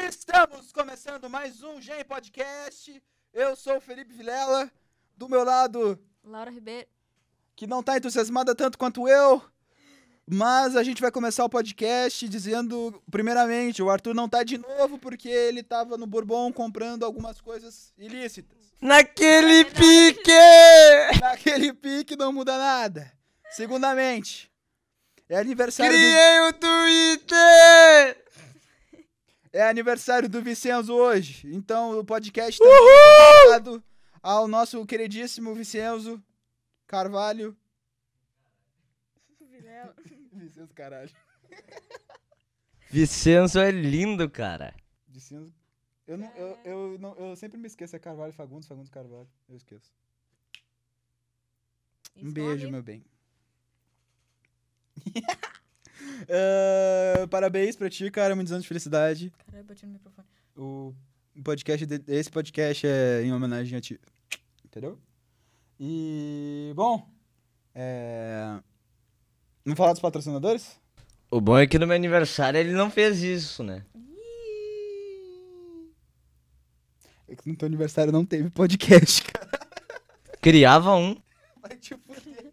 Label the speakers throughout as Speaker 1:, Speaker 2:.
Speaker 1: Estamos começando mais um Gen Podcast. Eu sou o Felipe Vilela, do meu lado,
Speaker 2: Laura Ribeiro.
Speaker 1: que não tá entusiasmada tanto quanto eu, mas a gente vai começar o podcast dizendo, primeiramente, o Arthur não tá de novo porque ele tava no Bourbon comprando algumas coisas ilícitas.
Speaker 3: Naquele pique!
Speaker 1: Naquele pique não muda nada. Segundamente, é aniversário
Speaker 3: Criei o Twitter!
Speaker 1: É aniversário do Vicenzo hoje, então o podcast está dedicado ao nosso queridíssimo Vicenzo Carvalho. Vicenzo, caralho.
Speaker 3: Vicenzo é lindo, cara.
Speaker 1: Vicenzo. Eu sempre me esqueço, é Carvalho Fagundes Carvalho. Eu esqueço. Um beijo, meu bem. Parabéns pra ti, cara. Muitos anos de felicidade.
Speaker 2: Caralho, bati no microfone.
Speaker 1: Esse podcast é em homenagem a ti. Entendeu? E, bom, vamos falar dos patrocinadores?
Speaker 3: O bom é que no meu aniversário ele não fez isso, né?
Speaker 1: É que no teu aniversário não teve podcast, cara.
Speaker 3: Criava um.
Speaker 1: Vai te fuder.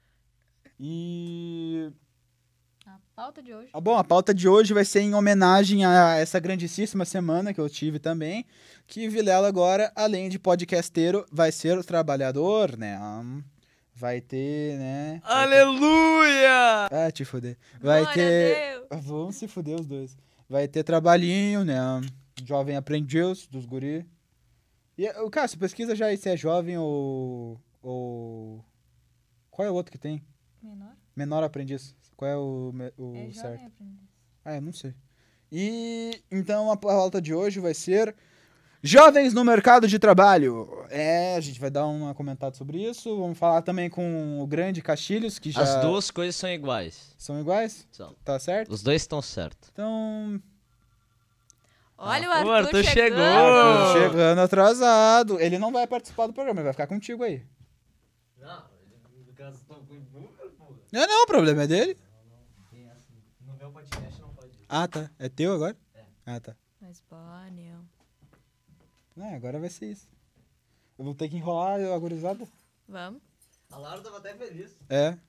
Speaker 1: E...
Speaker 2: A pauta de hoje.
Speaker 1: Bom, a pauta de hoje vai ser em homenagem a essa grandíssima semana que eu tive também, que Vilela agora, além de podcasteiro, vai ser o trabalhador, né? Vai ter, né?
Speaker 3: Aleluia!
Speaker 1: Ah, te fuder. Vai
Speaker 2: Glória
Speaker 1: ter...
Speaker 2: a Deus.
Speaker 1: Vamos se fuder os dois. Vai ter trabalhinho, né? Jovem aprendiz dos guri. E, Cássio, pesquisa já aí se é jovem ou... Qual é o outro que tem?
Speaker 2: Menor?
Speaker 1: Menor aprendiz. Qual é o
Speaker 2: É
Speaker 1: certo?
Speaker 2: jovem aprendiz.
Speaker 1: Eu não sei. E então a pauta de hoje vai ser Jovens no Mercado de Trabalho. A gente vai dar uma comentada sobre isso. Vamos falar também com o grande Castilhos, que já...
Speaker 3: As duas coisas são iguais.
Speaker 1: São iguais?
Speaker 3: São.
Speaker 1: Tá certo?
Speaker 3: Os dois estão certos.
Speaker 1: Então...
Speaker 2: Olha
Speaker 3: o
Speaker 2: o
Speaker 3: Arthur
Speaker 2: Arthur
Speaker 3: chegou.
Speaker 2: chegando.
Speaker 1: Chegando atrasado. Ele não vai participar do programa, ele vai ficar contigo aí.
Speaker 3: Não, no caso estão com número, porra.
Speaker 1: Não, o problema é dele.
Speaker 3: No meu podcast não pode.
Speaker 1: Ah, tá. É teu agora? Ah, tá.
Speaker 2: Mas, Bonnie.
Speaker 1: Agora vai ser isso. Eu vou ter que enrolar a gurizada.
Speaker 2: Vamos?
Speaker 3: A Laura tava até feliz.
Speaker 1: É.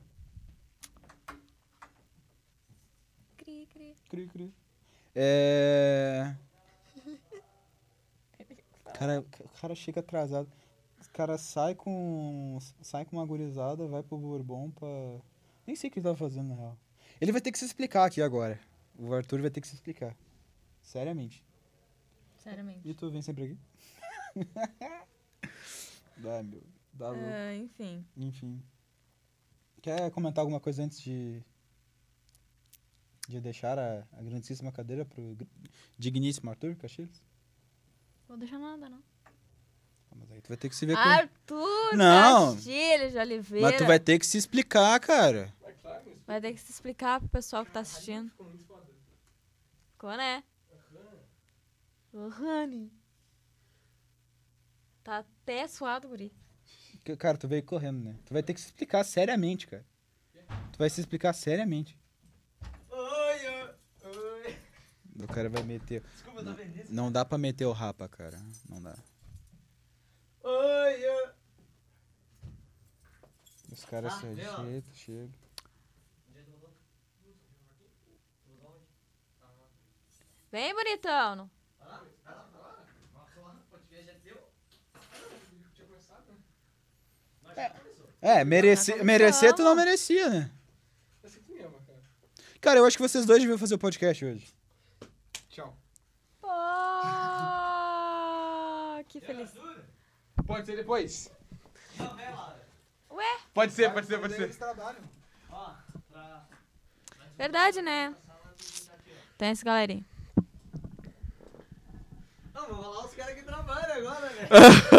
Speaker 2: Cri, cri.
Speaker 1: Cri. O cara chega atrasado. O cara sai com uma gurizada, vai pro Bourbon pra... Nem sei o que ele tava fazendo, na real. Ele vai ter que se explicar aqui agora. O Arthur vai ter que se explicar. Seriamente.
Speaker 2: Seriamente.
Speaker 1: E tu vem sempre aqui? Dá louco.
Speaker 2: Enfim.
Speaker 1: Enfim. Quer comentar alguma coisa antes de deixar a grandíssima cadeira pro digníssimo Arthur Castilhos?
Speaker 2: Vou deixar nada, não.
Speaker 1: Mas aí tu vai ter que se ver com...
Speaker 2: Arthur
Speaker 1: Não.
Speaker 2: Castilhos de Oliveira.
Speaker 1: Mas tu vai ter que se explicar, cara.
Speaker 2: Vai ter que se explicar pro pessoal que tá assistindo. Ficou, né? Honey. Tá até suado, guri.
Speaker 1: Cara, tu veio correndo, né? Tu vai ter que se explicar seriamente, cara. Tu vai se explicar seriamente.
Speaker 3: Oi.
Speaker 1: O cara vai meter...
Speaker 3: Desculpa, eu tô feliz.
Speaker 1: Não dá pra meter o rapa, cara. Não dá.
Speaker 3: Oi.
Speaker 1: Os caras se
Speaker 3: vem, ó.
Speaker 1: chegam.
Speaker 2: Vem, bonitão. Não?
Speaker 1: Merecer tu não merecia, né? Cara, eu acho que vocês dois deviam fazer o podcast hoje.
Speaker 4: Tchau.
Speaker 2: Pô, que feliz.
Speaker 4: Pode ser depois?
Speaker 2: Ué,
Speaker 4: Pode ser.
Speaker 2: verdade, né? Tem esse galerinha.
Speaker 3: Não, vou falar os caras que trabalham agora, né?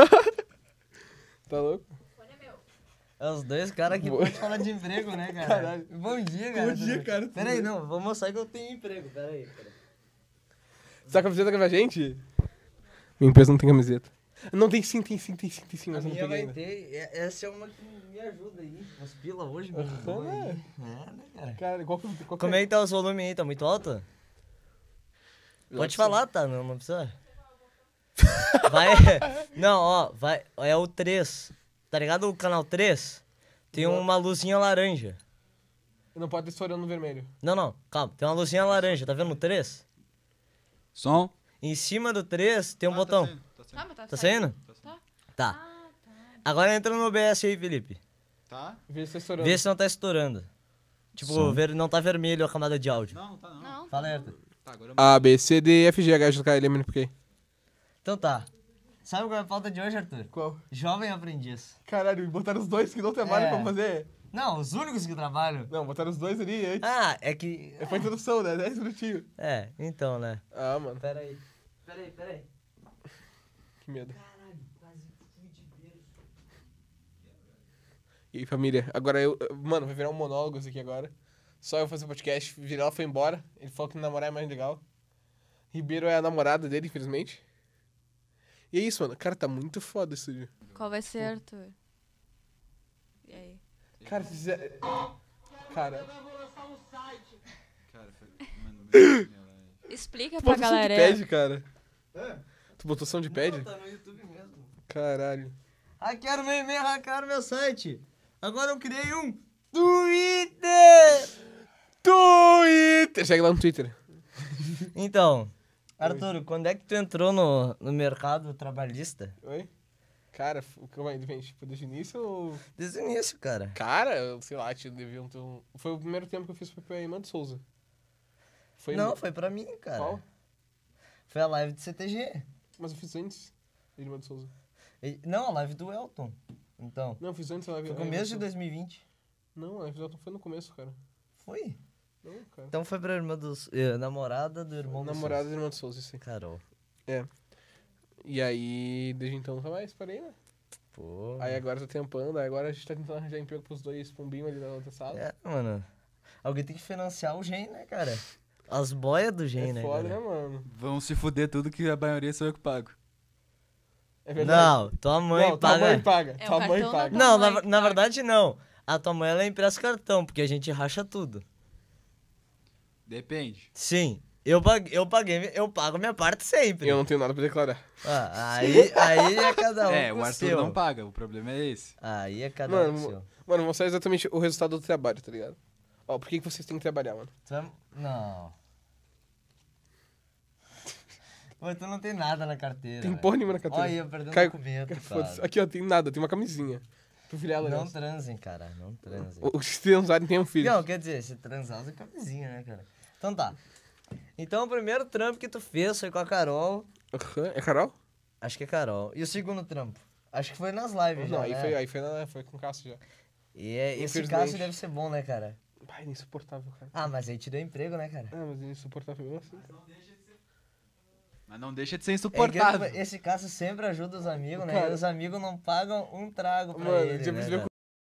Speaker 4: Tá louco?
Speaker 3: É os dois caras que podem falar de emprego, né, cara?
Speaker 4: Caralho.
Speaker 3: Bom dia, cara.
Speaker 4: Bom dia, cara.
Speaker 3: Pera aí, não. Vou mostrar que eu tenho emprego. Pera aí.
Speaker 4: Você tá com a camiseta com a gente? Minha empresa não tem camiseta. Não, tem sim,
Speaker 3: A
Speaker 4: mas eu não
Speaker 3: minha
Speaker 4: peguei
Speaker 3: vai
Speaker 4: ainda.
Speaker 3: ter. Essa é uma que me ajuda aí. Umas pila hoje, mano.
Speaker 4: Aham, né?
Speaker 3: É, né, cara?
Speaker 4: Cara, qual
Speaker 3: Como é que tá os volumes aí? Tá muito alto? Pode falar, tá? Não precisa. Vai. Não, ó, vai. É o 3. Tá ligado o canal 3? Tem uma luzinha laranja.
Speaker 4: Não pode ter estourando no vermelho.
Speaker 3: Não, calma. Tem uma luzinha laranja, tá vendo o 3?
Speaker 1: Som.
Speaker 3: Em cima do 3 tem um botão.
Speaker 2: Ah, mas
Speaker 3: Tá saindo? Tá. Agora entra no OBS aí, Felipe.
Speaker 1: Tá?
Speaker 4: Vê se tá estourando.
Speaker 3: Vê se não tá estourando. Tipo, não tá vermelho a camada de áudio.
Speaker 1: Não, tá não.
Speaker 2: Não.
Speaker 3: Fala aí, Arthur.
Speaker 1: Tá, agora
Speaker 4: A, B, C, D, F, G, H, J, K, L, M, N, P, Q.
Speaker 3: Então tá. Sabe qual é a pauta de hoje, Arthur?
Speaker 4: Qual?
Speaker 3: Jovem aprendiz.
Speaker 4: Caralho, botaram os dois que não trabalham
Speaker 3: É.
Speaker 4: pra fazer.
Speaker 3: Não, os únicos que trabalham.
Speaker 4: Não, botaram os dois ali antes.
Speaker 3: Ah, é que...
Speaker 4: Foi a introdução, né? 10 minutinhos.
Speaker 3: É, então, né?
Speaker 4: Ah, mano,
Speaker 3: Pera aí.
Speaker 4: que medo. E aí, família? Agora Mano, vai virar um monólogo isso aqui agora. Só eu fazer podcast. Viral foi embora. Ele falou que namorar é mais legal. Ribeiro é a namorada dele, infelizmente. E é isso, mano. Cara, tá muito foda esse estúdio.
Speaker 2: Qual vai ser, Arthur? E aí?
Speaker 4: Cara, se fizer... Cara,
Speaker 1: Cara, mano,
Speaker 2: Explica
Speaker 4: tu
Speaker 2: pra
Speaker 4: botou som de
Speaker 2: galera.
Speaker 4: pad, cara. Tu botou som de pad?
Speaker 3: Não, tá no YouTube mesmo.
Speaker 4: Caralho.
Speaker 3: Hackearam meu e-mail, hackearam meu site. Agora eu criei um Twitter.
Speaker 4: Twitter! Segue lá no Twitter.
Speaker 3: Então, Arthur, quando é que tu entrou no mercado trabalhista?
Speaker 4: Oi? Cara, calma aí, depende. Tipo, desde o início ou...
Speaker 3: Desde o início, cara.
Speaker 4: Cara, eu sei lá, deviam ter um... Foi o primeiro tempo que eu fiz pra Irmã de Souza. Foi
Speaker 3: Não, foi pra mim, cara.
Speaker 4: Qual?
Speaker 3: Foi a live do CTG.
Speaker 4: Mas eu fiz antes. Irmã de Souza.
Speaker 3: Não, a live do Elton. Então,
Speaker 4: Não, eu fiz antes a live.
Speaker 3: foi
Speaker 4: a Irmã
Speaker 3: começo de
Speaker 4: Souza.
Speaker 3: 2020.
Speaker 4: Não, a live do Elton foi no começo, cara.
Speaker 3: Foi?
Speaker 4: Não, cara.
Speaker 3: Então foi pra irmã dos... namorada do irmão do
Speaker 4: Namorada da Irmã de Souza, sim.
Speaker 3: Carol.
Speaker 4: E aí, desde então nunca mais parei, né?
Speaker 3: Pô.
Speaker 4: Aí agora eu tô tempando, aí agora a gente tá tentando arranjar emprego pros dois pombinhos ali na outra sala.
Speaker 3: É, mano. Alguém tem que financiar o Gen, né, cara? As boias do Gen, né,
Speaker 4: foda,
Speaker 3: cara?
Speaker 4: né, mano?
Speaker 1: Vão se fuder tudo que a maioria sou eu que pago.
Speaker 4: É verdade.
Speaker 3: Não, tua mãe
Speaker 4: Não,
Speaker 3: paga.
Speaker 4: tua mãe paga.
Speaker 2: É, o
Speaker 4: tua mãe
Speaker 2: cartão
Speaker 4: paga.
Speaker 2: da
Speaker 3: Não,
Speaker 2: mãe
Speaker 3: na,
Speaker 2: que
Speaker 3: na
Speaker 2: paga.
Speaker 3: verdade não. A tua mãe, ela empresta cartão, porque a gente racha tudo.
Speaker 1: Depende.
Speaker 3: Sim, eu pago minha parte sempre.
Speaker 4: Eu não tenho nada pra declarar.
Speaker 3: Ah, aí é cada um
Speaker 1: É,
Speaker 3: com
Speaker 1: o Arthur
Speaker 3: seu.
Speaker 1: não paga, o problema é esse.
Speaker 3: Aí é cada um com o
Speaker 4: Mano,
Speaker 3: seu.
Speaker 4: mano, mostrar exatamente o resultado do trabalho, tá ligado? Ó, por que vocês têm que trabalhar, mano?
Speaker 3: Não. Pô, tu não tem nada na carteira.
Speaker 4: Tem
Speaker 3: velho.
Speaker 4: porra nenhuma na carteira.
Speaker 3: Olha, eu perdendo
Speaker 4: Cai-
Speaker 3: documento,
Speaker 4: Foda-se.
Speaker 3: cara.
Speaker 4: Aqui, ó, tem nada, tem uma camisinha. Tu filhar
Speaker 3: Não
Speaker 4: aliás.
Speaker 3: transem, cara, não transem.
Speaker 4: Se transarem, tem um filho.
Speaker 3: Não, quer dizer, se transar, usa camisinha, né, cara? Então tá. Então o primeiro trampo que tu fez foi com a Carol.
Speaker 4: Aham. É Carol?
Speaker 3: Acho que é Carol. E o segundo trampo? Acho que foi nas lives já,
Speaker 4: Não, aí
Speaker 3: né?
Speaker 4: foi com o Cássio já.
Speaker 3: E esse
Speaker 4: Infelizmente.
Speaker 3: Cássio deve ser bom, né, cara?
Speaker 4: Pai, insuportável, cara.
Speaker 3: Ah, mas aí te deu emprego, né, cara?
Speaker 4: Ah, mas ele é insuportável mesmo assim.
Speaker 1: Mas não deixa de ser
Speaker 3: É
Speaker 1: insuportável.
Speaker 3: que esse Cássio sempre ajuda os amigos, né?
Speaker 4: Cara.
Speaker 3: E os amigos não pagam um trago pra
Speaker 4: Mano,
Speaker 3: ele,
Speaker 4: já
Speaker 3: né,
Speaker 4: percebeu
Speaker 3: cara?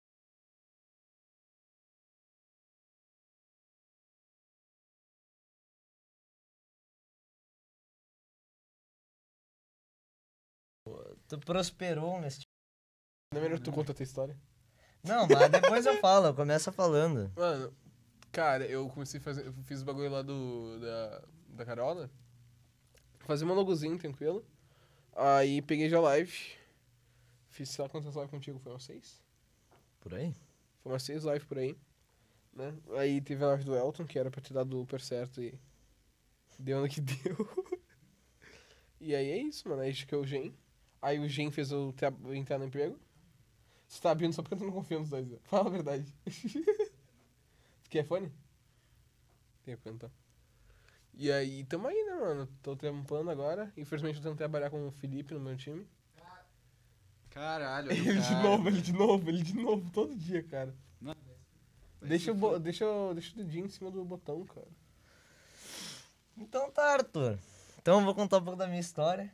Speaker 3: Tu prosperou nesse...
Speaker 4: Não é melhor tu conta a tua história?
Speaker 3: Não, mas depois eu falo, começa falando.
Speaker 4: Mano, cara, eu comecei a fazer. Eu fiz o bagulho lá da Carola. Fazer um logozinho tranquilo. Aí peguei já live. Fiz, sei lá quantas lives contigo, foi umas 6?
Speaker 3: Por aí?
Speaker 4: Foi umas 6 lives por aí. Né? Aí teve a live do Elton, que era pra ter dado o super certo e. Deu no que deu. E aí é isso, mano. Aí acho que é o Gen. Aí o Gen fez eu entrar no emprego. Você tá abrindo só porque eu não confio nos dois, velho. Fala a verdade. Tu quer fone? Tem que perguntar. E aí, tamo aí, né, mano? Tô trampando agora. Infelizmente, tô tentando trabalhar com o Felipe no meu time.
Speaker 1: Caralho,
Speaker 4: Ele de novo, todo dia, cara.
Speaker 1: Não.
Speaker 4: Deixa o dedinho em cima do botão, cara.
Speaker 3: Então tá, Arthur. Então eu vou contar um pouco da minha história.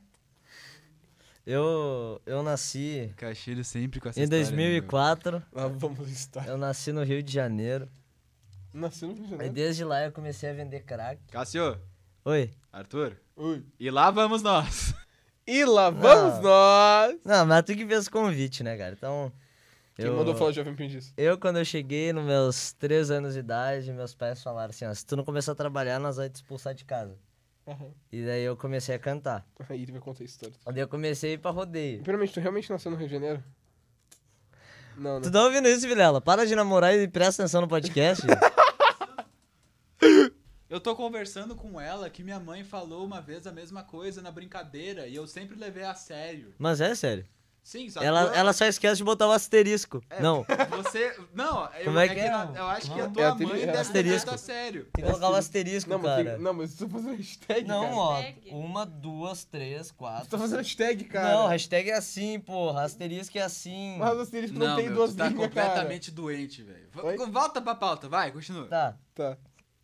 Speaker 3: Eu nasci
Speaker 1: Castilho sempre com essa
Speaker 3: em
Speaker 1: história, né, meu?
Speaker 3: 2004.
Speaker 4: Lá vamos estar.
Speaker 3: Eu nasci no Rio de Janeiro.
Speaker 4: Nasceu no Rio de
Speaker 3: Aí
Speaker 4: Janeiro.
Speaker 3: desde lá eu comecei a vender crack.
Speaker 1: Cássio,
Speaker 3: Oi.
Speaker 1: Arthur,
Speaker 4: Ui.
Speaker 1: e lá vamos nós.
Speaker 4: E lá vamos nós!
Speaker 3: Não, mas tu que fez o convite, né, cara? Então.
Speaker 4: Quem mandou falar de Jovem Aprendiz?
Speaker 3: Eu, quando eu cheguei nos meus 3 anos de idade, meus pais falaram assim: ó, se tu não começar a trabalhar, nós vamos te expulsar de casa.
Speaker 4: Aham.
Speaker 3: E daí eu comecei a cantar.
Speaker 4: Aí ele vai contar a história.
Speaker 3: Daí eu comecei a ir pra rodeio.
Speaker 4: Primeiramente, tu realmente nasceu no Rio de Janeiro? Não,
Speaker 3: Tu
Speaker 4: né?
Speaker 3: tá ouvindo isso, Vilela? Para de namorar e presta atenção no podcast.
Speaker 1: Eu tô conversando com ela que minha mãe falou uma vez a mesma coisa na brincadeira e eu sempre levei a sério.
Speaker 3: Mas é sério.
Speaker 1: Sim, só que
Speaker 3: Ela só esquece de botar o asterisco. Não,
Speaker 1: Você. Não,
Speaker 3: Como é que é?
Speaker 1: eu acho que a
Speaker 3: Não.
Speaker 1: tua mãe deve ter
Speaker 3: asterisco.
Speaker 1: levado a sério.
Speaker 3: tem que colocar o asterisco,
Speaker 4: Não, mas,
Speaker 3: cara.
Speaker 4: não, mas tu tá fazendo hashtag,
Speaker 3: Não,
Speaker 4: cara.
Speaker 3: ó.
Speaker 2: Hashtag.
Speaker 3: 1, 2, 3,
Speaker 4: Tu
Speaker 3: 4.
Speaker 4: tá fazendo hashtag, cara.
Speaker 3: Não, hashtag é assim, porra. Asterisco é assim.
Speaker 4: Mas o asterisco não, tem
Speaker 1: meu,
Speaker 4: duas
Speaker 1: tu tá
Speaker 4: linhas,
Speaker 1: completamente doente, velho.
Speaker 4: Oi?
Speaker 1: Volta pra pauta, vai, continua.
Speaker 3: Tá.
Speaker 4: cara. Tá.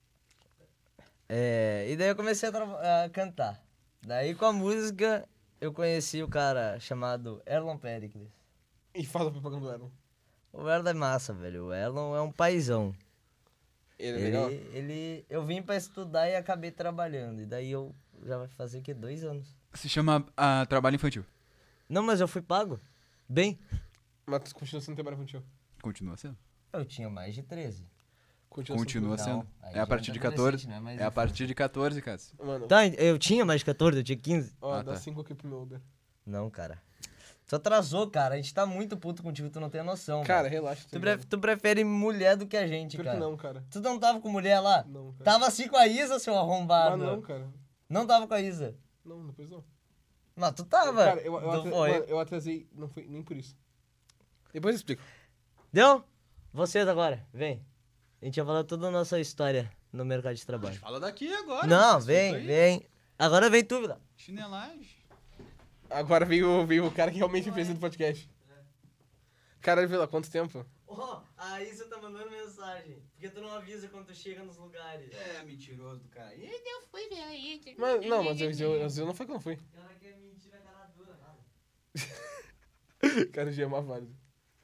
Speaker 3: E daí eu comecei a cantar. Daí com a música eu conheci o cara chamado Erlon Pericles.
Speaker 4: E fala a propaganda do Elon.
Speaker 3: O Erlon é massa, velho. O Erlon é um paizão.
Speaker 4: Ele é legal?
Speaker 3: Eu vim pra estudar e acabei trabalhando. E daí eu já vai fazer o quê? 2 anos.
Speaker 1: Se chama trabalho infantil.
Speaker 3: Não, mas eu fui pago. Bem.
Speaker 4: Mas tu continua sendo trabalho infantil.
Speaker 1: Continua sendo.
Speaker 3: Eu tinha mais de 13.
Speaker 1: Continua
Speaker 3: Não,
Speaker 1: sendo.
Speaker 3: aí
Speaker 1: É
Speaker 3: já
Speaker 1: a partir
Speaker 3: é
Speaker 1: de
Speaker 3: adolescente,
Speaker 1: 14.
Speaker 3: não é mais
Speaker 1: É a
Speaker 3: infância.
Speaker 1: partir de 14, Cássio.
Speaker 4: Mano,
Speaker 3: Tá, eu tinha mais de 14, eu tinha 15.
Speaker 4: ó,
Speaker 1: Ah,
Speaker 4: dá
Speaker 1: tá.
Speaker 4: 5 aqui pro meu Uber.
Speaker 3: Não, cara. Tu atrasou, cara. A gente tá muito puto contigo, tu não tem noção.
Speaker 4: Cara,
Speaker 3: velho.
Speaker 4: relaxa.
Speaker 3: Tu prefere mulher do que a gente,
Speaker 4: Pior
Speaker 3: cara.
Speaker 4: que não, cara.
Speaker 3: Tu não tava com mulher lá?
Speaker 4: Não, cara.
Speaker 3: Tava assim com a Isa, seu arrombado.
Speaker 4: Mas não, cara.
Speaker 3: Não tava com a Isa.
Speaker 4: Não, depois não.
Speaker 3: Mas tu tava.
Speaker 4: Cara, eu,
Speaker 3: Não
Speaker 4: atra-
Speaker 3: foi.
Speaker 4: mano, eu atrasei, não foi nem por isso. Depois eu explico.
Speaker 3: Deu? Vocês agora, vem. A gente vai falar toda a nossa história no mercado de trabalho.
Speaker 1: Fala daqui agora.
Speaker 3: Não,
Speaker 1: vocês
Speaker 3: vem,
Speaker 1: ficam aí.
Speaker 3: vem. Agora vem tu, Vila.
Speaker 1: Chinelagem.
Speaker 4: Agora veio o cara que realmente fez o podcast. Caralho, Vila, quanto tempo?
Speaker 3: A Isa tá mandando mensagem. Porque tu não avisa quando tu chega nos lugares.
Speaker 1: É, mentiroso do cara.
Speaker 4: Mas, não, mas eu não foi que eu não fui.
Speaker 3: Ela quer mentir na cara dura, nada.
Speaker 4: Cara, já é uma válido.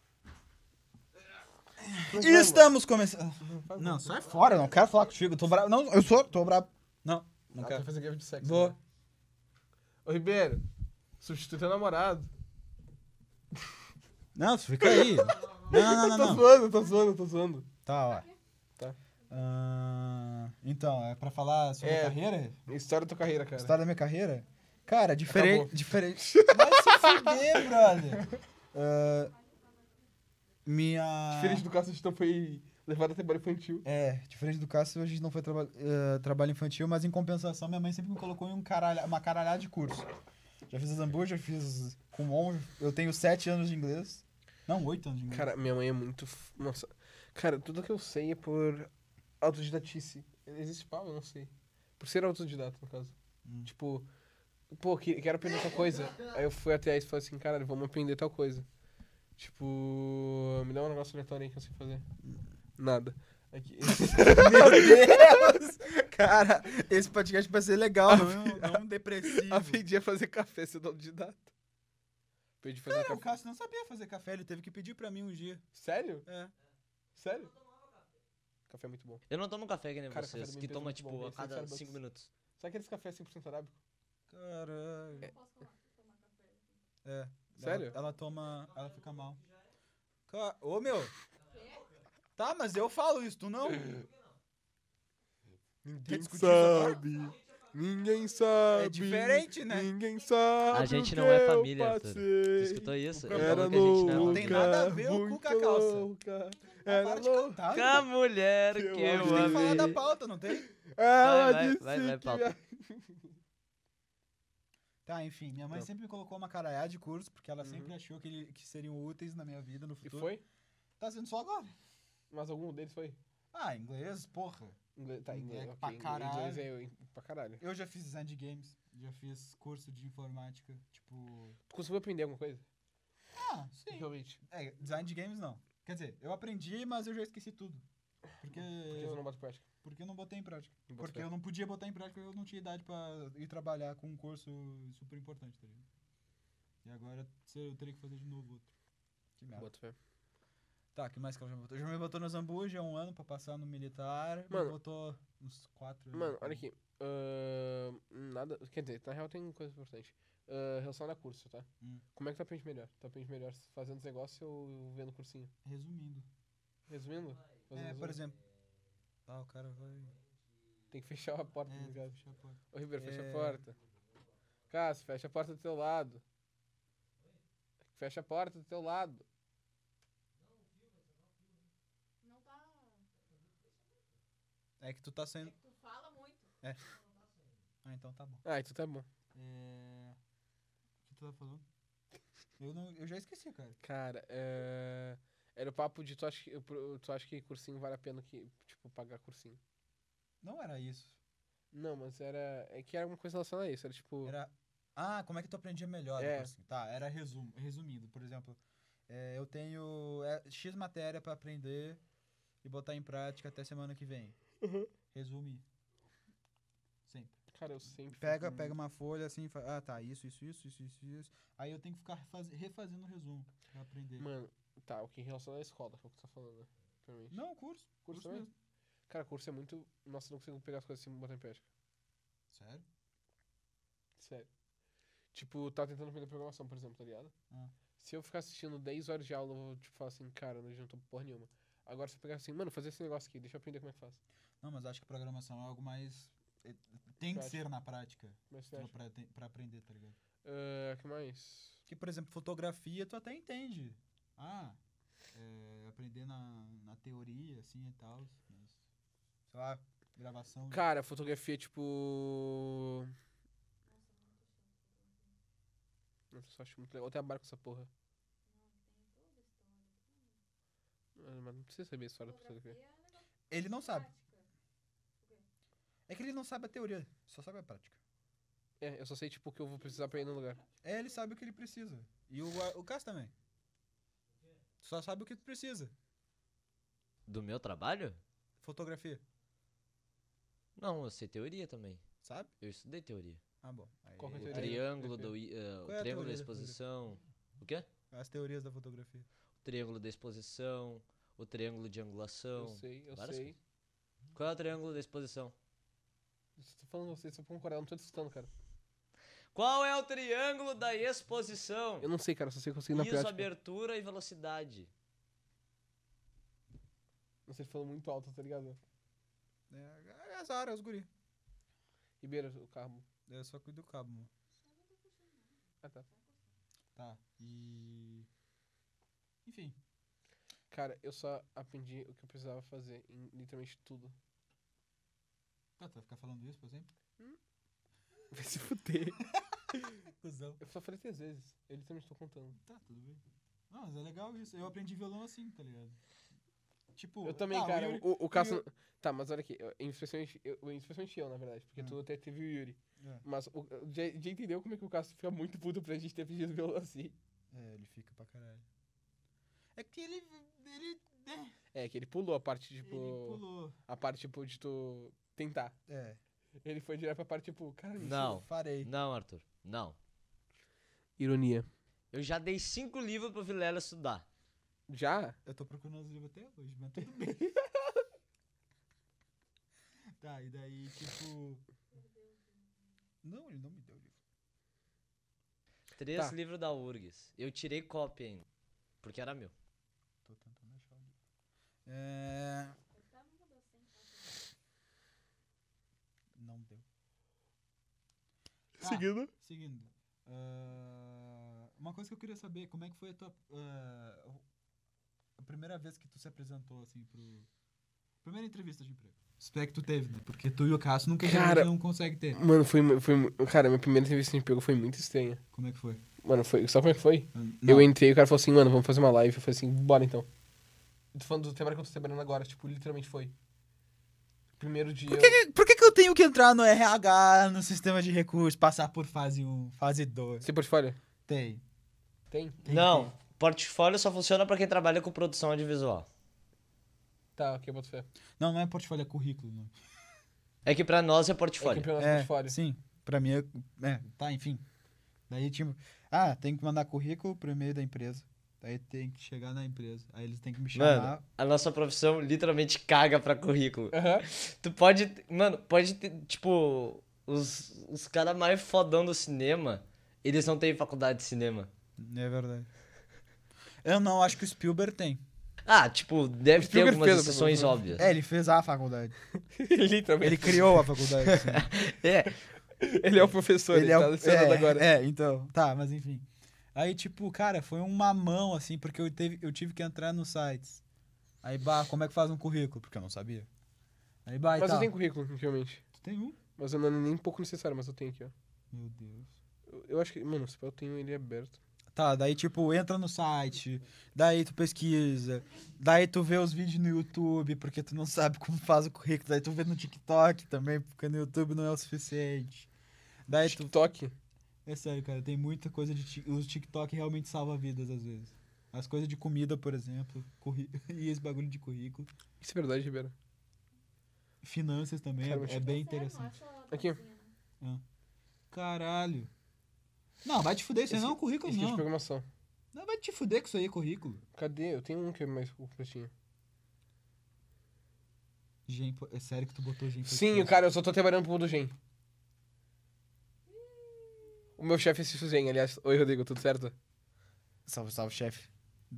Speaker 1: E estamos começando. Não, sai fora, eu não quero falar contigo. Tô bravo. Não, tô bravo. Não
Speaker 4: Não
Speaker 1: quero.
Speaker 4: quer fazer guerra de sexo.
Speaker 1: Vou.
Speaker 4: né? Ô, Ribeiro, substitui teu namorado.
Speaker 1: Não, fica aí. Não, não.
Speaker 4: Tô zoando.
Speaker 1: Tá, ó.
Speaker 4: Tá.
Speaker 1: Então, é pra falar sobre
Speaker 4: É.
Speaker 1: a carreira?
Speaker 4: História da tua carreira, cara.
Speaker 1: História da minha carreira? Cara, diferente.
Speaker 4: Acabou.
Speaker 1: Diferente. Vai se fuder, brother. Minha.
Speaker 4: Diferente do caso, a gente não foi levado a trabalho infantil.
Speaker 1: Diferente do Cássio, a gente não foi trabalho infantil, mas em compensação, minha mãe sempre me colocou em uma caralhada de curso. Já fiz Zambu, já fiz Kumon, eu tenho 7 anos de inglês. Não, 8 anos de inglês.
Speaker 4: Cara, minha mãe é muito... Nossa. Cara, tudo que eu sei é por autodidatice. Existe palavra? Eu não sei. Por ser autodidata, no caso. Tipo, pô, quero aprender tal coisa. Aí eu fui até aí e falei assim, cara, vamos aprender tal coisa. Tipo, me dá um negócio aleatório aí que eu sei fazer. Nada. Aqui.
Speaker 1: Meu Deus! Cara, esse podcast vai ser legal, não depressivo.
Speaker 4: Aprendi a fazer café sendo autodidata. Aprendi a fazer
Speaker 1: O
Speaker 4: café.
Speaker 1: Cássio não sabia fazer café, ele teve que pedir pra mim um dia.
Speaker 4: Sério?
Speaker 1: É.
Speaker 4: Sério? Café é muito bom.
Speaker 3: Eu não tomo café que nem
Speaker 4: Cara,
Speaker 3: vocês,
Speaker 4: café da
Speaker 3: que
Speaker 4: minha
Speaker 3: toma,
Speaker 4: empresa é muito
Speaker 3: tipo,
Speaker 4: bom,
Speaker 3: a
Speaker 4: esse
Speaker 3: cada
Speaker 4: Starbucks.
Speaker 3: 5 minutos.
Speaker 4: Sabe aqueles cafés 100% arábico?
Speaker 1: Caralho.
Speaker 4: Sério?
Speaker 1: Ela toma. Ela fica mal. Ô, meu! Tá, mas eu falo isso, tu não?
Speaker 4: Ninguém
Speaker 1: discutir isso agora?
Speaker 4: sabe. Ninguém sabe.
Speaker 1: É diferente, né?
Speaker 4: Ninguém sabe.
Speaker 3: A gente
Speaker 4: o
Speaker 3: não
Speaker 4: que
Speaker 3: é
Speaker 4: eu
Speaker 3: família, Arthur. Tu
Speaker 4: passei.
Speaker 3: escutou isso? Ele
Speaker 4: Era
Speaker 3: falou que a gente não é
Speaker 1: Não tem
Speaker 3: família.
Speaker 1: nada a ver o cu com a calça.
Speaker 4: louca.
Speaker 1: Para
Speaker 4: Era
Speaker 1: de
Speaker 4: louca.
Speaker 1: cantar.
Speaker 3: Com a mulher
Speaker 4: Que
Speaker 3: que
Speaker 4: eu
Speaker 3: eu
Speaker 1: A gente tem que falar da
Speaker 3: amei.
Speaker 1: pauta, não tem?
Speaker 4: Ela
Speaker 3: Vai,
Speaker 4: disse
Speaker 3: vai,
Speaker 4: que...
Speaker 3: pauta.
Speaker 1: Tá, enfim, minha mãe
Speaker 4: Então.
Speaker 1: sempre me colocou uma caralhada de curso, porque ela sempre achou que seriam úteis na minha vida no
Speaker 4: E
Speaker 1: futuro.
Speaker 4: foi?
Speaker 1: Tá sendo só agora.
Speaker 4: Mas algum deles foi?
Speaker 1: Inglês, porra.
Speaker 4: Inglês, tá,
Speaker 1: Inglês
Speaker 4: inglês,
Speaker 1: pra
Speaker 4: ok.
Speaker 1: caralho.
Speaker 4: Inglês é pra caralho.
Speaker 1: Eu já fiz design de games, já fiz curso de informática, tipo...
Speaker 4: Tu conseguiu aprender alguma coisa?
Speaker 1: Sim.
Speaker 4: Realmente.
Speaker 1: Design de games não. Quer dizer, eu aprendi, mas eu já esqueci tudo. Porque
Speaker 4: Porque você não bota prática.
Speaker 1: eu não botei em prática.
Speaker 4: Não bota
Speaker 1: Porque
Speaker 4: fé.
Speaker 1: eu não podia botar em prática, eu não tinha idade pra ir trabalhar com um curso super importante, tá ligado? E agora eu teria que fazer de novo outro. Que merda.
Speaker 4: Bota fé.
Speaker 1: Tá, que mais que ela já me botou? Já me botou no Zambuja há 1 ano pra passar no militar.
Speaker 4: Mano.
Speaker 1: Me botou uns 4 anos.
Speaker 4: Mano, olha aqui. Nada. Quer dizer, na real tem coisa importante. Relação a curso, tá? Como é que tu aprende melhor? Tu aprende melhor fazendo os negócios ou vendo cursinho?
Speaker 1: Resumindo.
Speaker 4: Resumindo? Fazendo
Speaker 1: Por
Speaker 4: resumo?
Speaker 1: exemplo. O cara vai.
Speaker 4: Tem que fechar a porta, tá ligado?
Speaker 1: Fecha a porta.
Speaker 4: Ô, Ribeiro, fecha a porta. Cássio, fecha a porta do teu lado. Fecha a porta do teu lado.
Speaker 2: Não tá...
Speaker 1: É que tu tá saindo...
Speaker 2: Tu fala muito.
Speaker 1: Ah, então tá bom.
Speaker 4: Ah, então tá bom.
Speaker 1: O que tu tá falando? Eu já esqueci, cara.
Speaker 4: Cara, era o papo de tu acha que cursinho vale a pena tipo, pagar cursinho.
Speaker 1: Não era isso.
Speaker 4: Não, mas é que era uma coisa relacionada a isso. Era tipo.
Speaker 1: Era... Ah, como é que tu aprendia melhor?
Speaker 4: É.
Speaker 1: Assim? Tá, era resumindo. Por exemplo, eu tenho X matéria pra aprender e botar em prática até semana que vem. Resumir. Sempre.
Speaker 4: Cara, eu sempre.
Speaker 1: Pega uma folha assim e fala, tá, isso. Aí eu tenho que ficar refazendo o resumo pra aprender.
Speaker 4: Mano, tá, o que relaciona à escola, que é o que tu tá falando, né? Primeiramente.
Speaker 1: Não, curso.
Speaker 4: Curso
Speaker 1: Curso
Speaker 4: mesmo.
Speaker 1: mesmo.
Speaker 4: Cara, curso é muito. Nossa, eu não consigo pegar as coisas assim e botar em prática.
Speaker 1: Sério?
Speaker 4: Sério. Tipo, tava tentando aprender programação, por exemplo, tá ligado?
Speaker 1: Ah.
Speaker 4: Se eu ficar assistindo 10 horas de aula, eu vou, tipo, falar assim, cara, não adiantou porra nenhuma. Agora, se eu pegar assim, mano, fazer esse negócio aqui, deixa eu aprender como é que faz.
Speaker 1: Não, mas acho que programação é algo mais... Tem que
Speaker 4: Prático.
Speaker 1: ser na prática
Speaker 4: Mas você acha?
Speaker 1: pra aprender, tá ligado?
Speaker 4: Que mais?
Speaker 1: Que, por exemplo, fotografia tu até entende. Aprender na teoria, assim, e tal. Mas, sei lá, gravação...
Speaker 4: Cara, fotografia, tipo. Nossa, eu só acho muito legal. Eu até abarco essa porra. Mas não precisa saber a história da fotografia.
Speaker 1: Ele não sabe. É que ele não sabe a teoria, só sabe a prática.
Speaker 4: Eu só sei, tipo, o que eu vou precisar pra ir no lugar.
Speaker 1: Ele sabe o que ele precisa. E o Cássio também. Só sabe o que tu precisa.
Speaker 3: Do meu trabalho?
Speaker 1: Fotografia,
Speaker 3: Não, eu sei teoria também.
Speaker 1: sabe?
Speaker 3: Eu estudei teoria.
Speaker 1: Ah, bom. Aí,
Speaker 4: Qual que é a
Speaker 3: O
Speaker 4: teoria?
Speaker 3: triângulo,
Speaker 4: Qual é
Speaker 3: o
Speaker 1: a
Speaker 3: triângulo da
Speaker 1: teoria da
Speaker 3: exposição. O quê?
Speaker 1: as teorias da fotografia.
Speaker 3: O triângulo da exposição, o triângulo de angulação.
Speaker 4: Eu
Speaker 3: várias
Speaker 4: sei.
Speaker 3: coisas. Qual é o triângulo da exposição?
Speaker 4: Você tá falando vocês, só pra concordar, eu não tô te escutando, cara.
Speaker 3: Qual é o triângulo da exposição?
Speaker 4: Eu não sei, cara, só sei que eu consegui na
Speaker 3: Isso,
Speaker 4: prática.
Speaker 3: abertura e velocidade.
Speaker 4: Você falou muito alto, tá ligado?
Speaker 1: É azar, é os guri.
Speaker 4: Ribeiro, o carro.
Speaker 1: Eu só cuido do cabo, mano.
Speaker 4: Ah, tá.
Speaker 1: Tá, enfim.
Speaker 4: Cara, eu só aprendi o que eu precisava fazer em literalmente tudo.
Speaker 1: Tá, tu vai ficar falando isso, por exemplo?
Speaker 4: Vai se fuder.
Speaker 1: Cusão.
Speaker 4: Eu só falei 3 vezes. Eu literalmente tô contando.
Speaker 1: Tá, tudo bem. Não, mas é legal isso. Eu aprendi violão assim, tá ligado? Tipo...
Speaker 4: Eu também,
Speaker 1: tá,
Speaker 4: cara.
Speaker 1: Yuri-
Speaker 4: O Cássio. Tá, mas olha aqui. Especialmente eu, na verdade. Porque tu até teve o Yuri.
Speaker 1: É.
Speaker 4: Mas já entendeu como é que o Cássio fica muito puto pra gente ter pedido violão assim?
Speaker 1: ele fica pra caralho. É que ele
Speaker 4: É, que ele pulou a parte, tipo.
Speaker 1: ele pulou.
Speaker 4: A parte, tipo, de tu tentar. Ele foi direto pra parte, tipo, cara, isso.
Speaker 3: Não,
Speaker 1: Farei.
Speaker 3: não, Arthur. Não.
Speaker 4: Ironia.
Speaker 3: Eu já dei 5 livros pro Vilela estudar.
Speaker 4: Já?
Speaker 1: Eu tô procurando os livros até hoje, mas tudo bem. Tá, e daí, tipo... Não, ele não me deu o livro.
Speaker 3: 3
Speaker 4: Tá.
Speaker 3: livros da URGS. Eu tirei cópia ainda. Porque era meu.
Speaker 1: Tô tentando achar o livro. Não deu. Tá, seguindo. Uma coisa que eu queria saber, como é que foi a tua... a primeira vez que tu se apresentou, assim, primeira entrevista de emprego. Espero que tu teve, né? Porque tu e o Cássio nunca
Speaker 4: Cara,
Speaker 1: não conseguem ter.
Speaker 4: Mano, cara, minha primeira entrevista de emprego foi muito estranha.
Speaker 1: Como é que foi?
Speaker 4: Mano, sabe como é que foi?
Speaker 1: Não.
Speaker 4: Eu entrei e o cara falou assim, mano, vamos fazer uma live. Eu falei assim, bora então. Eu tô falando do trabalho que eu tô trabalhando agora, tipo, literalmente foi. Primeiro dia.
Speaker 1: Por que eu tenho que entrar no RH, no sistema de recursos, passar por fase 1, fase 2?
Speaker 4: Você tem portfólio?
Speaker 1: Tem.
Speaker 4: Tem?
Speaker 3: Não, portfólio só funciona pra quem trabalha com produção audiovisual.
Speaker 4: Tá, ok, boto fé.
Speaker 1: Não é portfólio, é currículo. Não.
Speaker 3: É que pra nós é
Speaker 4: É
Speaker 3: portfólio.
Speaker 4: que nosso portfólio.
Speaker 1: Sim, pra mim tá, enfim. Daí, tipo, tem que mandar currículo pro e-mail da empresa. Daí tem que chegar na empresa. Aí eles têm que me chamar.
Speaker 3: Mano, a nossa profissão literalmente caga pra currículo.
Speaker 4: Aham.
Speaker 3: Tu pode... Mano, pode ter, tipo... Os caras mais fodão do cinema, eles não têm faculdade de cinema.
Speaker 1: É verdade. Eu não, acho que o Spielberg tem.
Speaker 3: Ah, tipo, deve ter
Speaker 4: Spielberg
Speaker 3: algumas
Speaker 4: fez a
Speaker 3: exceções
Speaker 4: faculdade.
Speaker 3: óbvias.
Speaker 1: É, ele fez a faculdade.
Speaker 4: Literalmente.
Speaker 1: Ele criou a faculdade. Assim.
Speaker 3: É.
Speaker 4: Ele é o professor, ele tá lecionando agora.
Speaker 1: Então. Tá, mas enfim. Aí, tipo, cara, foi um mamão, assim, porque eu tive que entrar nos sites. Aí, como é que faz um currículo? Porque eu não sabia. Aí, e
Speaker 4: Mas
Speaker 1: tal.
Speaker 4: eu tenho currículo, realmente.
Speaker 1: Tu tem um?
Speaker 4: Mas eu não é nem um pouco necessário, mas eu tenho aqui, ó.
Speaker 1: Meu Deus.
Speaker 4: Eu acho que, mano, se eu tenho ele aberto.
Speaker 1: Tá, daí, tipo, entra no site, daí tu pesquisa, daí tu vê os vídeos no YouTube, porque tu não sabe como faz o currículo, daí tu vê no TikTok também, porque no YouTube não é o suficiente. Daí tu...
Speaker 4: TikTok?
Speaker 1: É sério, cara, tem muita coisa de... Os TikTok realmente salva vidas, às vezes. As coisas de comida, por exemplo, e esse bagulho de currículo.
Speaker 4: Isso é verdade, Ribeiro.
Speaker 1: Finanças também,
Speaker 4: Cara,
Speaker 1: é bem interessante.
Speaker 4: Aqui.
Speaker 1: Caralho. Não, vai te fuder, isso aí não é um currículo,
Speaker 4: Esse aqui é de
Speaker 1: não.
Speaker 4: programação.
Speaker 1: Não, vai te fuder que isso aí é currículo.
Speaker 4: Cadê? Eu tenho um que é mais completinho.
Speaker 1: É sério que tu botou gente?
Speaker 4: Sim, cara, eu só tô trabalhando pro do Gen. O meu chefe é Cício Zen, aliás. Oi, Rodrigo, tudo certo?
Speaker 1: Salve, salve, chefe.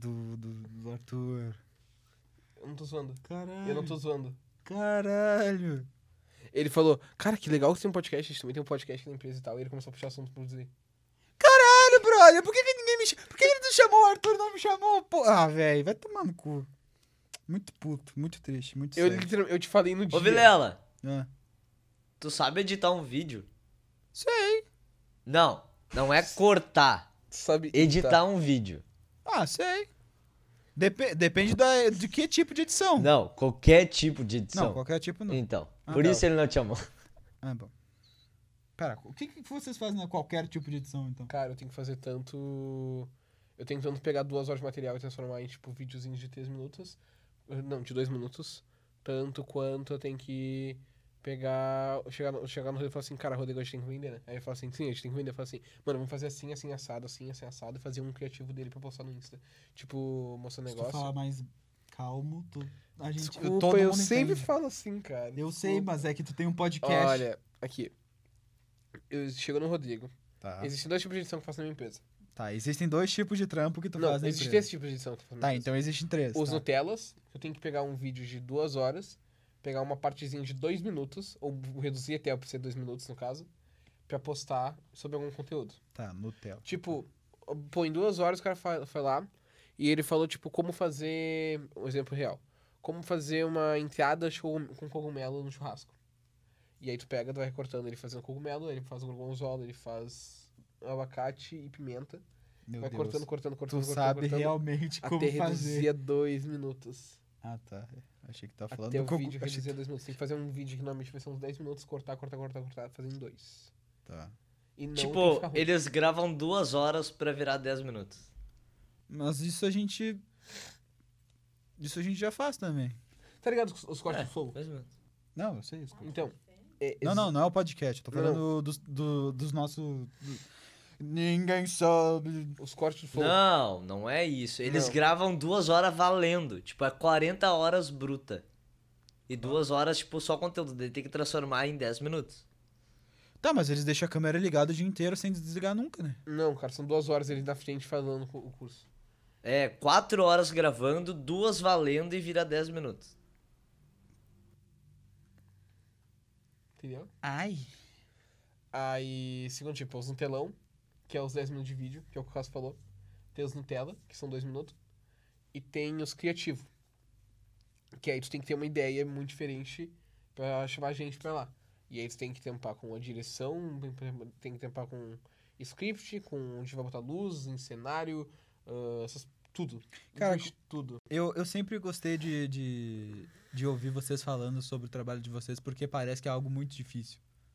Speaker 1: Do Arthur.
Speaker 4: Eu não tô zoando.
Speaker 1: Caralho.
Speaker 4: Eu não tô zoando.
Speaker 1: Caralho.
Speaker 4: Ele falou, cara, que legal que você tem um podcast, a gente também tem um podcast aqui na empresa e tal. E ele começou a puxar assunto pra dizer.
Speaker 1: Caralho, brother. Por que ninguém me chamou? Por que ele não chamou o Arthur e não me chamou? Pô? Ah, velho, vai tomar no cu. Muito puto, muito triste, muito sério.
Speaker 4: Eu te falei no dia.
Speaker 3: Ô, Vilela,
Speaker 1: Ah.
Speaker 3: tu sabe editar um vídeo?
Speaker 1: Sei.
Speaker 3: Não, não é cortar.
Speaker 4: Sabe
Speaker 3: Editar um vídeo.
Speaker 1: Ah, sei. Depende de que tipo de edição.
Speaker 3: Não, qualquer tipo de edição.
Speaker 1: Não, qualquer tipo não.
Speaker 3: Então,
Speaker 1: Ah,
Speaker 3: por
Speaker 1: tá.
Speaker 3: isso ele não te chamou.
Speaker 1: Ah, bom. Pera, o que vocês fazem em qualquer tipo de edição, então?
Speaker 4: Cara, eu tenho que fazer tanto... Eu tenho que tanto pegar 2 horas de material e transformar em, tipo, videozinhos de 3 minutos. Não, de 2 minutos. Tanto quanto eu tenho que pegar... Chegar no Rodrigo e falar assim, cara, Rodrigo, a gente tem que vender, né? Aí eu falo assim, sim, a gente tem que vender. Eu falo assim, mano, vamos fazer assim, assim, assado, e fazer um criativo dele pra postar no Insta. Tipo, mostrar
Speaker 1: Se tu
Speaker 4: negócio.
Speaker 1: falar mais calmo, a gente...
Speaker 4: Desculpa,
Speaker 1: todo
Speaker 4: eu
Speaker 1: mundo
Speaker 4: sempre
Speaker 1: entende.
Speaker 4: falo assim, cara.
Speaker 1: Eu
Speaker 4: Desculpa.
Speaker 1: sei, mas é que tu tem um podcast.
Speaker 4: Olha, aqui. Chegou no Rodrigo.
Speaker 1: Tá.
Speaker 4: Existem 2 tipos de edição que eu faço na minha empresa.
Speaker 1: Tá, existem 2 tipos de trampo que tu
Speaker 4: Não,
Speaker 1: faz na
Speaker 4: existem
Speaker 1: empresa.
Speaker 4: 3 tipos de edição que eu faço na
Speaker 1: Tá,
Speaker 4: minha empresa.
Speaker 1: então existem 3.
Speaker 4: Os
Speaker 1: tá.
Speaker 4: Nutellas, eu tenho que pegar um vídeo de 2 horas, pegar uma partezinha de 2 minutos, ou reduzir até pra ser 2 minutos no caso, pra postar sobre algum conteúdo.
Speaker 1: Tá, Nutella.
Speaker 4: Tipo, pô, em 2 horas o cara foi lá e ele falou, tipo, como fazer. Um exemplo real. Como fazer uma entrada com cogumelo no churrasco. E aí tu pega, tu vai recortando ele fazendo cogumelo, ele faz gorgonzola, ele faz abacate e pimenta.
Speaker 1: Meu
Speaker 4: Vai
Speaker 1: Deus.
Speaker 4: cortando,
Speaker 1: Tu sabe realmente como
Speaker 4: até
Speaker 1: fazer.
Speaker 4: reduzir a 2 minutos.
Speaker 1: Ah, tá. Achei que tava falando
Speaker 4: Até o
Speaker 1: do
Speaker 4: vídeo
Speaker 1: achei
Speaker 4: reduzir a 2 minutos. Tem que fazer um vídeo que normalmente vai ser uns 10 minutos, cortar, fazer em 2.
Speaker 1: Tá.
Speaker 4: E não tem que
Speaker 3: Tipo,
Speaker 4: ficar ruim.
Speaker 3: eles gravam 2 horas pra virar 10 minutos.
Speaker 1: Mas isso a gente já faz também.
Speaker 4: Tá ligado os cortes de fogo?
Speaker 3: 10 minutos.
Speaker 1: Não, eu sei isso.
Speaker 4: Então.
Speaker 1: Não é o podcast. Eu tô falando dos nossos... Ninguém sabe.
Speaker 4: Os cortes de fogo.
Speaker 3: Não é isso. Eles
Speaker 4: Não.
Speaker 3: gravam 2 horas valendo. Tipo, é 40 horas bruta. E 2 horas, tipo, só conteúdo. Daí tem que transformar em 10 minutos.
Speaker 1: Tá, mas eles deixam a câmera ligada o dia inteiro sem desligar nunca, né?
Speaker 4: Não, cara, são 2 horas ele na frente falando o curso.
Speaker 3: É, 4 horas gravando, 2 valendo e vira 10 minutos.
Speaker 4: Entendeu?
Speaker 1: Ai.
Speaker 4: Aí, segundo tipo, os Nutelão, que é os 10 minutos de vídeo, que é o que o Cássio falou. Tem os Nutella, que são 2 minutos. E tem os criativos. Que aí tu tem que ter uma ideia muito diferente pra chamar gente pra lá. E aí tu tem que tampar com a direção, tem que tampar com script, com onde vai botar luz, em cenário, tudo.
Speaker 1: Cara,
Speaker 4: Inclui tudo.
Speaker 1: Eu sempre gostei de ouvir vocês falando sobre o trabalho de vocês, porque parece que é algo muito difícil.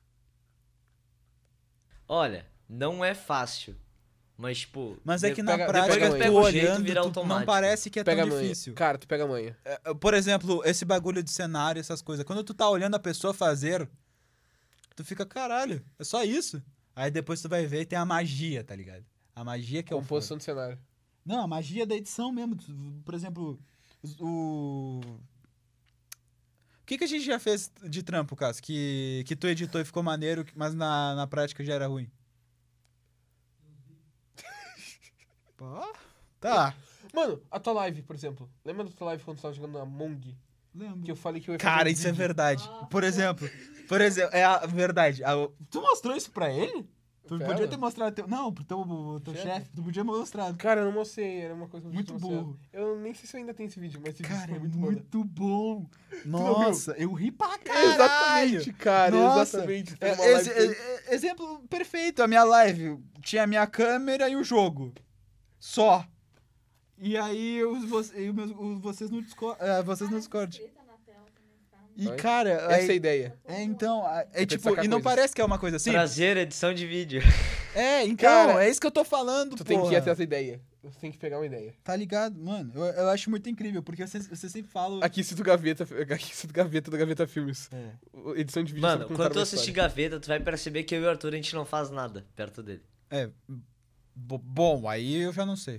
Speaker 3: Olha, não é fácil. Mas, tipo...
Speaker 1: Mas é que na
Speaker 4: Pega-
Speaker 1: prática,
Speaker 4: depois
Speaker 1: tu
Speaker 3: pega o jeito,
Speaker 1: olhando,
Speaker 3: vira
Speaker 1: não
Speaker 3: automático.
Speaker 1: parece que é
Speaker 4: Pega a
Speaker 1: tão
Speaker 4: manha.
Speaker 1: difícil.
Speaker 4: Cara, tu pega a manha.
Speaker 1: Por exemplo, esse bagulho de cenário, essas coisas. Quando tu tá olhando a pessoa fazer, tu fica, caralho, é só isso. Aí depois tu vai ver e tem a magia, tá ligado? A magia que é o foda.
Speaker 4: Composição do cenário.
Speaker 1: Não, a magia da edição mesmo. Por exemplo, o que a gente já fez de trampo, Cássio? Que tu editou e ficou maneiro, mas na prática já era ruim? Pô, tá.
Speaker 4: Mano, a tua live, por exemplo. Lembra da tua live quando tu tava jogando Among?
Speaker 1: Lembro.
Speaker 4: Que eu falei que eu ia fazer
Speaker 1: Cara,
Speaker 4: um
Speaker 1: isso é
Speaker 4: vídeo.
Speaker 1: verdade. Por exemplo, é a verdade. Tu mostrou isso pra ele? Tu
Speaker 4: Pra
Speaker 1: podia
Speaker 4: ela?
Speaker 1: ter mostrado pro teu
Speaker 4: Chefe?
Speaker 1: chefe. Tu podia ter mostrado.
Speaker 4: Cara, eu não mostrei, era uma coisa que eu
Speaker 1: Muito
Speaker 4: tinha mostrado.
Speaker 1: burro.
Speaker 4: Eu nem sei se eu ainda tenho esse vídeo, mas esse vídeo
Speaker 1: Cara,
Speaker 4: foi
Speaker 1: é
Speaker 4: muito bom. né?
Speaker 1: muito bom.
Speaker 4: não viu?
Speaker 1: Nossa, eu ri pra caralho.
Speaker 4: Exatamente, cara,
Speaker 1: Nossa.
Speaker 4: exatamente. Foi
Speaker 1: É,
Speaker 4: uma live
Speaker 1: exemplo perfeito. A minha live tinha a minha câmera e o jogo. Só. E aí vocês no Discord. Vocês no Discord. E,
Speaker 4: Oi?
Speaker 1: cara,
Speaker 4: Essa é a
Speaker 1: aí,
Speaker 4: ideia.
Speaker 1: então,
Speaker 4: Pra
Speaker 1: tipo,
Speaker 4: destacar
Speaker 1: e não
Speaker 4: coisas.
Speaker 1: parece que é uma coisa assim?
Speaker 3: Prazer, edição de vídeo.
Speaker 1: Então,
Speaker 4: Cara,
Speaker 1: é isso que eu tô falando,
Speaker 4: Tu tem que ir
Speaker 1: porra.
Speaker 4: atrás da ideia. Tu tem que pegar uma ideia.
Speaker 1: Tá ligado? Mano, eu acho muito incrível, porque você sempre fala...
Speaker 4: Aqui cito Gaveta do Gaveta Filmes.
Speaker 1: É.
Speaker 4: Edição de vídeo
Speaker 3: Mano,
Speaker 4: sobre
Speaker 3: quando
Speaker 4: contar
Speaker 3: tu
Speaker 4: uma
Speaker 3: assistir
Speaker 4: história.
Speaker 3: Gaveta, tu vai perceber que eu e o Arthur, a gente não faz nada perto dele.
Speaker 1: É, bom, aí eu já não sei.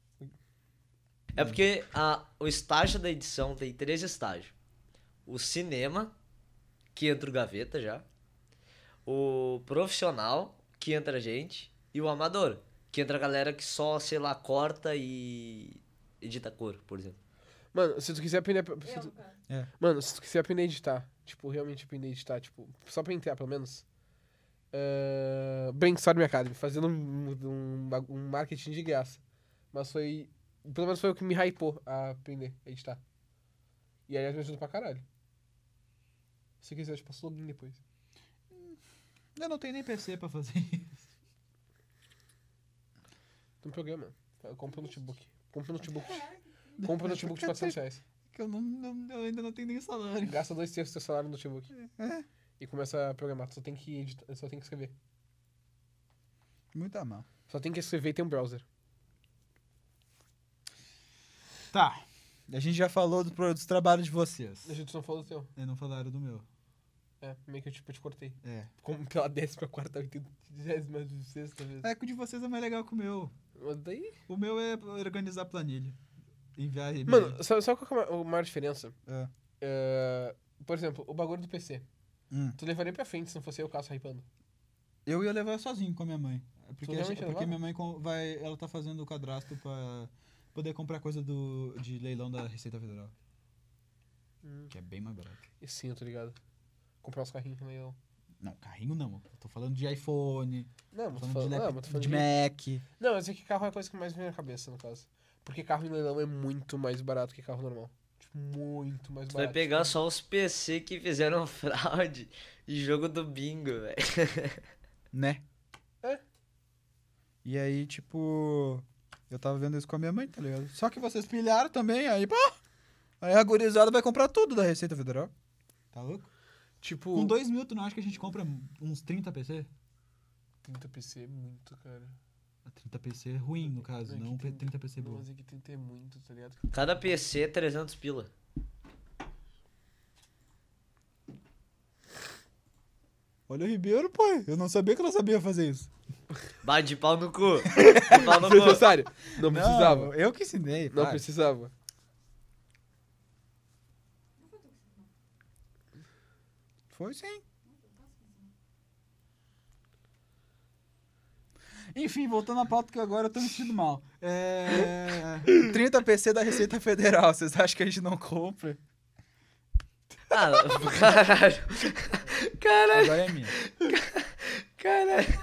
Speaker 3: É porque o estágio da edição tem 3 estágios. O cinema, que entra o Gaveta já. O profissional, que entra a gente. E o amador, que entra a galera que só, sei lá, corta e edita cor, por exemplo.
Speaker 4: Mano, se tu quiser aprender...
Speaker 1: É.
Speaker 4: Mano, se tu quiser aprender a editar, tipo, realmente aprender a editar, tipo, só pra entrar, pelo menos... Brainstorm Academy, fazendo um marketing de graça. Mas foi... Pelo menos foi o que me hypou a aprender a editar. E aliás, me ajuda pra caralho. Se quiser, eu te passo o login depois.
Speaker 1: Eu não tenho nem PC pra fazer isso.
Speaker 4: Tem um programa. Compra um notebook. Compra um notebook. Compra um notebook de 400 reais.
Speaker 1: Que eu ainda não tenho nem salário.
Speaker 4: Gasta 2/3 do seu salário no notebook.
Speaker 1: É,
Speaker 4: E começa a programar. Tu só tem que editar, só tem que escrever.
Speaker 1: muita mal.
Speaker 4: Só tem que escrever e tem um browser.
Speaker 1: Tá, a gente já falou dos trabalhos de vocês.
Speaker 4: A gente não falou do teu.
Speaker 1: E não falaram do meu.
Speaker 4: É, meio que eu te cortei.
Speaker 1: É.
Speaker 4: Como pela 14ª, 86ª vez.
Speaker 1: É que o de vocês é mais legal que o meu.
Speaker 4: Mas daí...
Speaker 1: O meu é organizar planilha. Enviar e-mail.
Speaker 4: Mano, sabe qual que é a maior diferença?
Speaker 1: É.
Speaker 4: Por exemplo, o bagulho do PC.
Speaker 1: Hum.
Speaker 4: Tu levaria pra frente se não fosse eu o caso hypando.
Speaker 1: Eu ia levar sozinho com a minha mãe. Porque,
Speaker 4: realmente ia
Speaker 1: porque
Speaker 4: levar?
Speaker 1: minha mãe ela tá fazendo o cadastro pra poder comprar coisa de leilão da Receita Federal. Que é bem mais barato.
Speaker 4: E sim, eu tô ligado. Comprar uns carrinhos no leilão.
Speaker 1: Não, carrinho não. Eu tô falando de iPhone,
Speaker 4: Não, mas
Speaker 1: tô
Speaker 4: tô
Speaker 1: falando
Speaker 4: falando,
Speaker 1: de,
Speaker 4: não, mas tô falando
Speaker 1: de
Speaker 4: de...
Speaker 1: Mac.
Speaker 4: Não, mas é que carro é a coisa que mais vem na cabeça, no caso. Porque carro em leilão é muito mais barato que carro normal. Tipo, muito mais
Speaker 3: Tu vai
Speaker 4: barato.
Speaker 3: pegar só os PC que fizeram fraude e jogo do bingo, velho.
Speaker 1: Né?
Speaker 4: É.
Speaker 1: E aí, tipo... Eu tava vendo isso com a minha mãe, tá ligado? Só que vocês pilharam também, aí, pô... Aí a gurizada vai comprar tudo da Receita Federal. Tá louco?
Speaker 4: Tipo...
Speaker 1: Com 2 mil, tu não acha que a gente compra uns 30 PC?
Speaker 4: 30 PC é muito, cara.
Speaker 1: 30 PC ruim, no caso,
Speaker 4: Não,
Speaker 1: não
Speaker 4: que
Speaker 1: 30 PC
Speaker 4: Não,
Speaker 1: bom.
Speaker 4: mas é que 30 é muito, tá ligado?
Speaker 3: Cada PC é 300 pila.
Speaker 1: Olha o Ribeiro, pô. Eu não sabia que ela sabia fazer isso.
Speaker 3: Bate de pau no cu. De pau no cu.
Speaker 4: Necessário. Não precisava.
Speaker 1: Não, eu que ensinei.
Speaker 4: Não
Speaker 1: para.
Speaker 4: precisava.
Speaker 1: Foi sim. Enfim, voltando à pauta que agora eu tô me sentindo mal. 30 PC da Receita Federal, vocês acham que a gente não compra?
Speaker 3: Ah, caralho. Caralho,
Speaker 1: Agora é minha.
Speaker 3: caralho.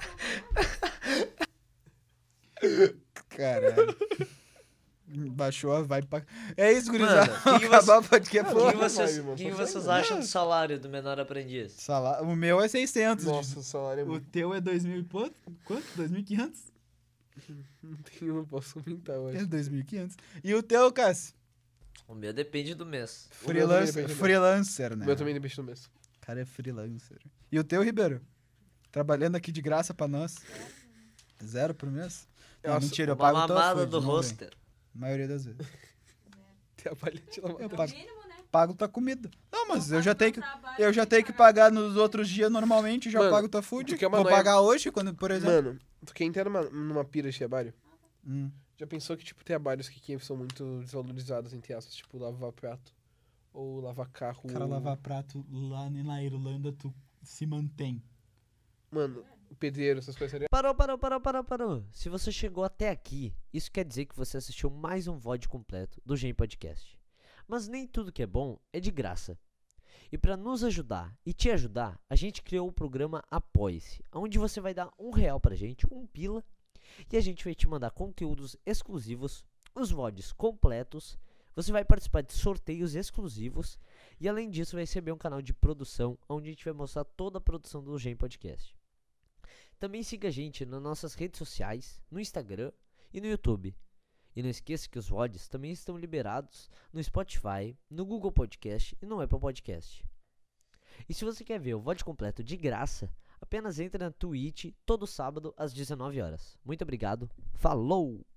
Speaker 1: Caralho. Baixou a vibe pra... É isso, gurizada.
Speaker 3: Mano, que
Speaker 1: Acabar o podcast.
Speaker 3: O
Speaker 1: Pô,
Speaker 3: que vocês,
Speaker 4: vai, irmão,
Speaker 3: que
Speaker 4: só
Speaker 3: vocês
Speaker 4: sai,
Speaker 3: acham do salário do menor aprendiz?
Speaker 1: O meu é 600.
Speaker 4: Nossa, o salário é
Speaker 1: O
Speaker 4: muito...
Speaker 1: teu é 2.000 e quanto? Quanto? 2.500?
Speaker 4: Eu não posso comentar, eu
Speaker 1: É
Speaker 4: acho.
Speaker 1: 2.500. E o teu, Cássio?
Speaker 3: O meu depende do mês.
Speaker 4: O meu também depende do mês.
Speaker 1: Freelancer,
Speaker 4: O
Speaker 1: né?
Speaker 4: meu também depende do mês.
Speaker 1: O cara é freelancer. E o teu, Ribeiro? Trabalhando aqui de graça pra nós? 0 por mês? Não,
Speaker 4: Nossa,
Speaker 1: mentira, eu
Speaker 3: Uma
Speaker 1: pago tua
Speaker 3: mamada
Speaker 1: food,
Speaker 3: do
Speaker 1: não vem.
Speaker 3: roster.
Speaker 1: A maioria das vezes.
Speaker 4: Trabalha de lavar.
Speaker 1: Eu
Speaker 2: No
Speaker 1: pago,
Speaker 2: mínimo, né?
Speaker 1: pago tua comida. Não, mas eu já tenho que...
Speaker 2: Trabalho
Speaker 1: Eu já
Speaker 2: tem
Speaker 1: tenho que pagar nos outros dias normalmente, já
Speaker 4: Mano,
Speaker 1: pago tua food.
Speaker 4: tu quer uma
Speaker 1: Vou
Speaker 4: noia-
Speaker 1: pagar hoje, quando, por exemplo.
Speaker 4: Mano, tu quer entrar numa pira de trabalho?
Speaker 1: Hum.
Speaker 4: Já pensou que, tipo, trabalhos que aqui são muito desvalorizados, entre aspas, tipo, lavar prato ou lavar carro.
Speaker 1: Cara, lavar prato lá na Irlanda, tu se mantém.
Speaker 4: Mano, O pedreiro, essas coisas seriam.
Speaker 5: Parou. Se você chegou até aqui, isso quer dizer que você assistiu mais um VOD completo do Gen Podcast. Mas nem tudo que é bom é de graça. E para nos ajudar e te ajudar, a gente criou o programa Apoie-se, onde você vai dar R$1 pra gente, £1, e a gente vai te mandar conteúdos exclusivos, os VODs completos, você vai participar de sorteios exclusivos, e além disso vai receber um canal de produção, onde a gente vai mostrar toda a produção do Gen Podcast. Também siga a gente nas nossas redes sociais, no Instagram e no YouTube. E não esqueça que os VODs também estão liberados no Spotify, no Google Podcast e no Apple Podcast. E se você quer ver o VOD completo de graça, apenas entre na Twitch todo sábado às 19 horas. Muito obrigado, falou!